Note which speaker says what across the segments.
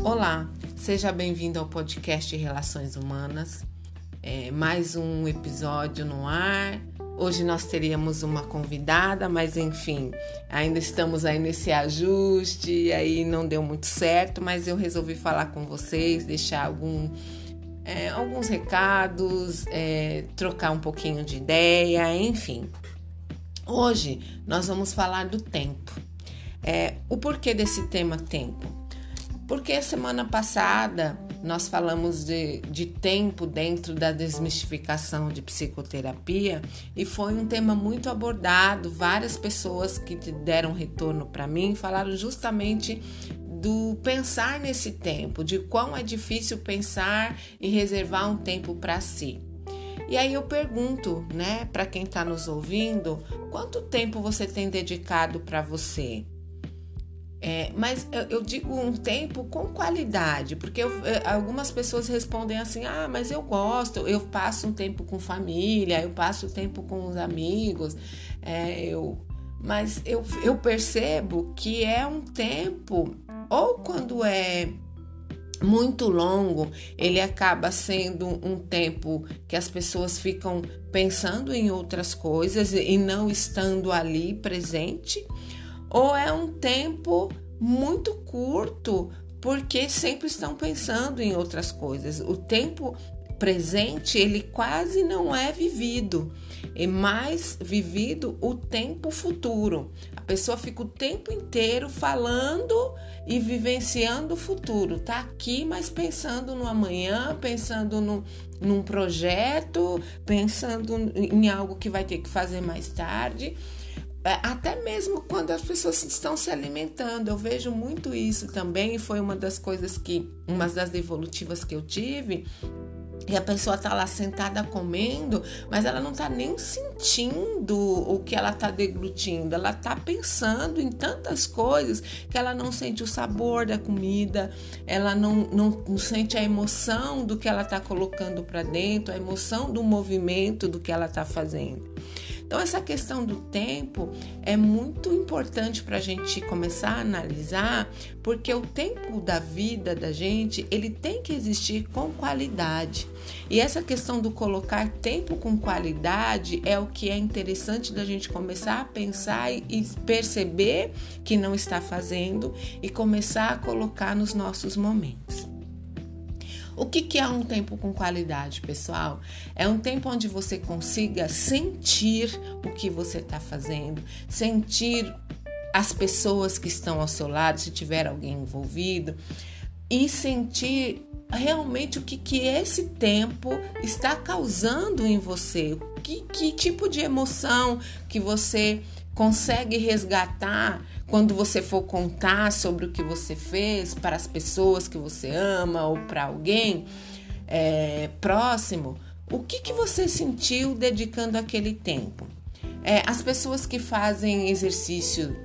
Speaker 1: Olá, seja bem-vindo ao podcast Relações Humanas. Mais um episódio no ar. Hoje nós teríamos uma convidada, mas enfim, ainda estamos aí nesse ajuste, aí não deu muito certo, mas eu resolvi falar com vocês, deixar alguns recados, trocar um pouquinho de ideia, enfim. Hoje nós vamos falar do tempo. O porquê desse tema tempo? Porque semana passada nós falamos de tempo dentro da desmistificação de psicoterapia e foi um tema muito abordado. Várias pessoas que deram retorno para mim falaram justamente do pensar nesse tempo, de quão é difícil pensar e reservar um tempo para si. E aí eu pergunto, para quem está nos ouvindo, quanto tempo você tem dedicado para você? Mas eu digo um tempo com qualidade, porque algumas pessoas respondem assim, mas eu gosto, eu passo um tempo com família, eu passo tempo com os amigos, mas eu percebo que é um tempo, ou quando é muito longo, ele acaba sendo um tempo que as pessoas ficam pensando em outras coisas e não estando ali presente, ou é um tempo muito curto, porque sempre estão pensando em outras coisas. O tempo presente, ele quase não é vivido. É mais vivido o tempo futuro. A pessoa fica o tempo inteiro falando e vivenciando o futuro. Tá aqui, mas pensando no amanhã, pensando num projeto, pensando em algo que vai ter que fazer mais tarde. Até mesmo quando as pessoas estão se alimentando, eu vejo muito isso também, e foi uma das devolutivas que eu tive, e a pessoa tá lá sentada comendo, mas ela não tá nem sentindo o que ela tá deglutindo, ela tá pensando em tantas coisas que ela não sente o sabor da comida, ela não sente a emoção do que ela tá colocando para dentro, a emoção do movimento do que ela tá fazendo. Então, essa questão do tempo é muito importante para a gente começar a analisar, porque o tempo da vida da gente, ele tem que existir com qualidade. E essa questão do colocar tempo com qualidade é o que é interessante da gente começar a pensar e perceber que não está fazendo e começar a colocar nos nossos momentos. O que é um tempo com qualidade, pessoal? É um tempo onde você consiga sentir o que você está fazendo, sentir as pessoas que estão ao seu lado, se tiver alguém envolvido, e sentir realmente o que esse tempo está causando em você, que tipo de emoção que você consegue resgatar quando você for contar sobre o que você fez para as pessoas que você ama ou para alguém próximo. O que você sentiu dedicando aquele tempo? As pessoas que fazem exercício,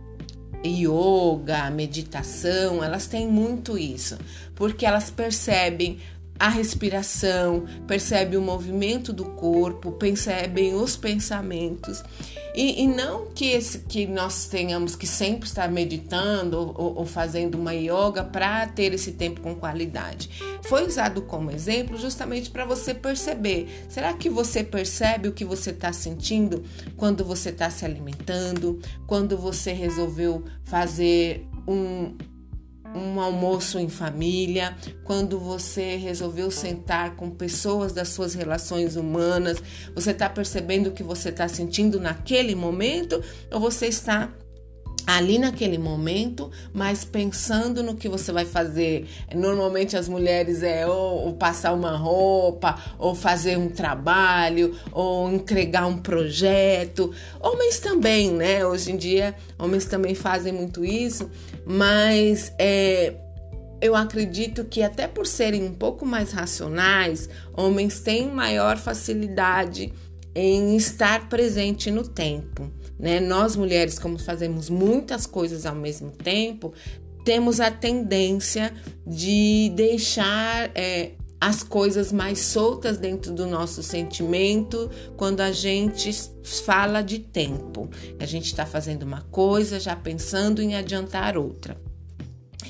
Speaker 1: yoga, meditação, elas têm muito isso, porque elas percebem a respiração, percebem o movimento do corpo, percebem os pensamentos, e não que nós tenhamos que sempre estar meditando ou fazendo uma yoga para ter esse tempo com qualidade. Foi usado como exemplo justamente para você perceber. Será que você percebe o que você está sentindo quando você está se alimentando, quando você resolveu fazer um almoço em família, quando você resolveu sentar com pessoas das suas relações humanas? Você está percebendo o que você está sentindo naquele momento, ou você está ali naquele momento, mas pensando no que você vai fazer? Normalmente as mulheres ou passar uma roupa, ou fazer um trabalho, ou entregar um projeto. Homens também, Hoje em dia, homens também fazem muito isso, mas eu acredito que até por serem um pouco mais racionais, homens têm maior facilidade em estar presente no tempo, Nós mulheres, como fazemos muitas coisas ao mesmo tempo, temos a tendência de deixar as coisas mais soltas dentro do nosso sentimento quando a gente fala de tempo. A gente está fazendo uma coisa já pensando em adiantar outra.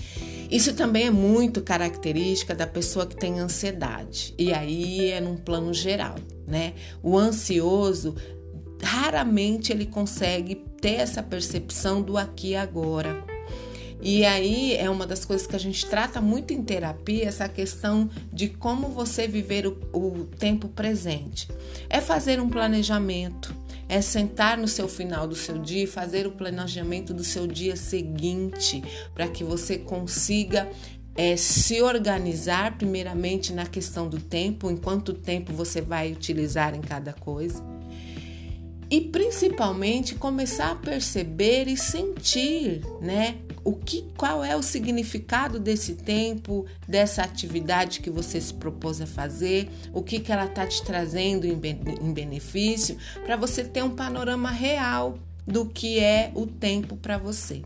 Speaker 1: Isso também é muito característica da pessoa que tem ansiedade. E aí é num plano geral, né? O ansioso, raramente ele consegue ter essa percepção do aqui e agora. E aí é uma das coisas que a gente trata muito em terapia, essa questão de como você viver o tempo presente. É fazer um planejamento, é sentar no seu final do seu dia e fazer o planejamento do seu dia seguinte, para que você consiga se organizar primeiramente na questão do tempo, em quanto tempo você vai utilizar em cada coisa. E principalmente começar a perceber e sentir, né? Qual é o significado desse tempo, dessa atividade que você se propôs a fazer, o que ela está te trazendo em benefício, para você ter um panorama real do que é o tempo para você.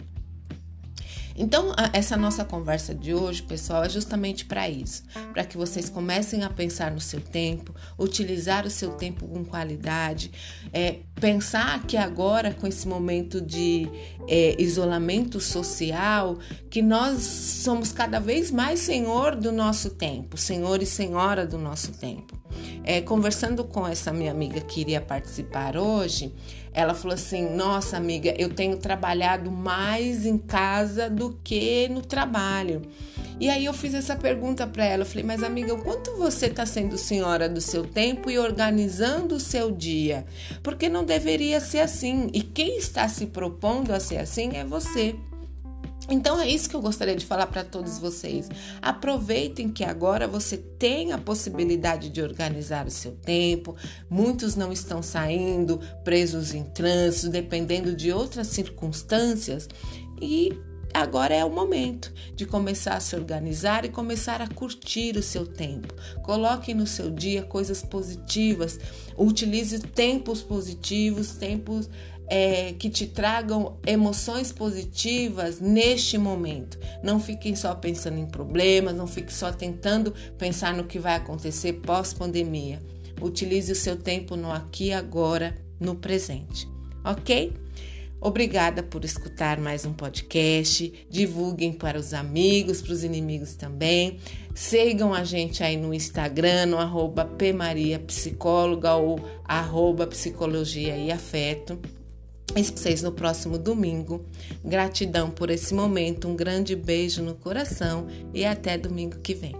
Speaker 1: Então, essa nossa conversa de hoje, pessoal, é justamente para isso, para que vocês comecem a pensar no seu tempo, utilizar o seu tempo com qualidade, pensar que agora, com esse momento de isolamento social, que nós somos cada vez mais senhor do nosso tempo, senhor e senhora do nosso tempo. Conversando com essa minha amiga que iria participar hoje, ela falou assim: nossa amiga, eu tenho trabalhado mais em casa do que no trabalho. E aí eu fiz essa pergunta para ela, eu falei: mas amiga, o quanto você está sendo senhora do seu tempo e organizando o seu dia? Porque não deveria ser assim, e quem está se propondo a ser assim é você. Então é isso que eu gostaria de falar para todos vocês. Aproveitem que agora você tem a possibilidade de organizar o seu tempo. Muitos não estão saindo, presos em trânsito, dependendo de outras circunstâncias. E agora é o momento de começar a se organizar e começar a curtir o seu tempo. Coloque no seu dia coisas positivas. Utilize tempos positivos, tempos que te tragam emoções positivas neste momento. Não fiquem só pensando em problemas, não fiquem só tentando pensar no que vai acontecer pós-pandemia. Utilize o seu tempo no aqui e agora, no presente, ok? Obrigada por escutar mais um podcast. Divulguem para os amigos, para os inimigos também. Sigam a gente aí no Instagram, no @pmariapsicóloga ou @psicologia e afeto. E vocês no próximo domingo. Gratidão por esse momento, um grande beijo no coração e até domingo que vem.